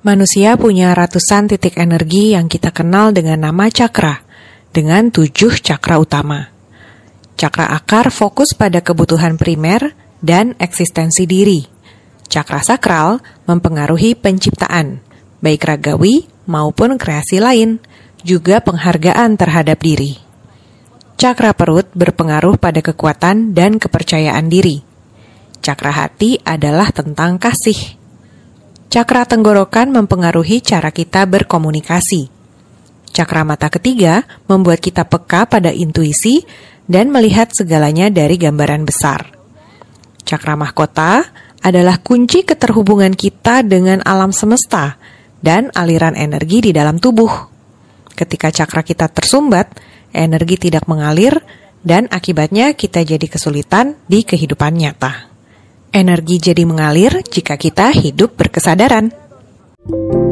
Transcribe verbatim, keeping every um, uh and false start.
Manusia punya ratusan titik energi yang kita kenal dengan nama cakra, dengan tujuh cakra utama. Cakra akar fokus pada kebutuhan primer dan eksistensi diri. Cakra sakral mempengaruhi penciptaan, baik ragawi maupun kreasi lain, juga penghargaan terhadap diri. Cakra perut berpengaruh pada kekuatan dan kepercayaan diri. Cakra hati adalah tentang kasih. Cakra tenggorokan mempengaruhi cara kita berkomunikasi. Cakra mata ketiga membuat kita peka pada intuisi dan melihat segalanya dari gambaran besar. Cakra mahkota adalah kunci keterhubungan kita dengan alam semesta dan aliran energi di dalam tubuh. Ketika cakra kita tersumbat, energi tidak mengalir dan akibatnya kita jadi kesulitan di kehidupan nyata. Energi jadi mengalir jika kita hidup berkesadaran.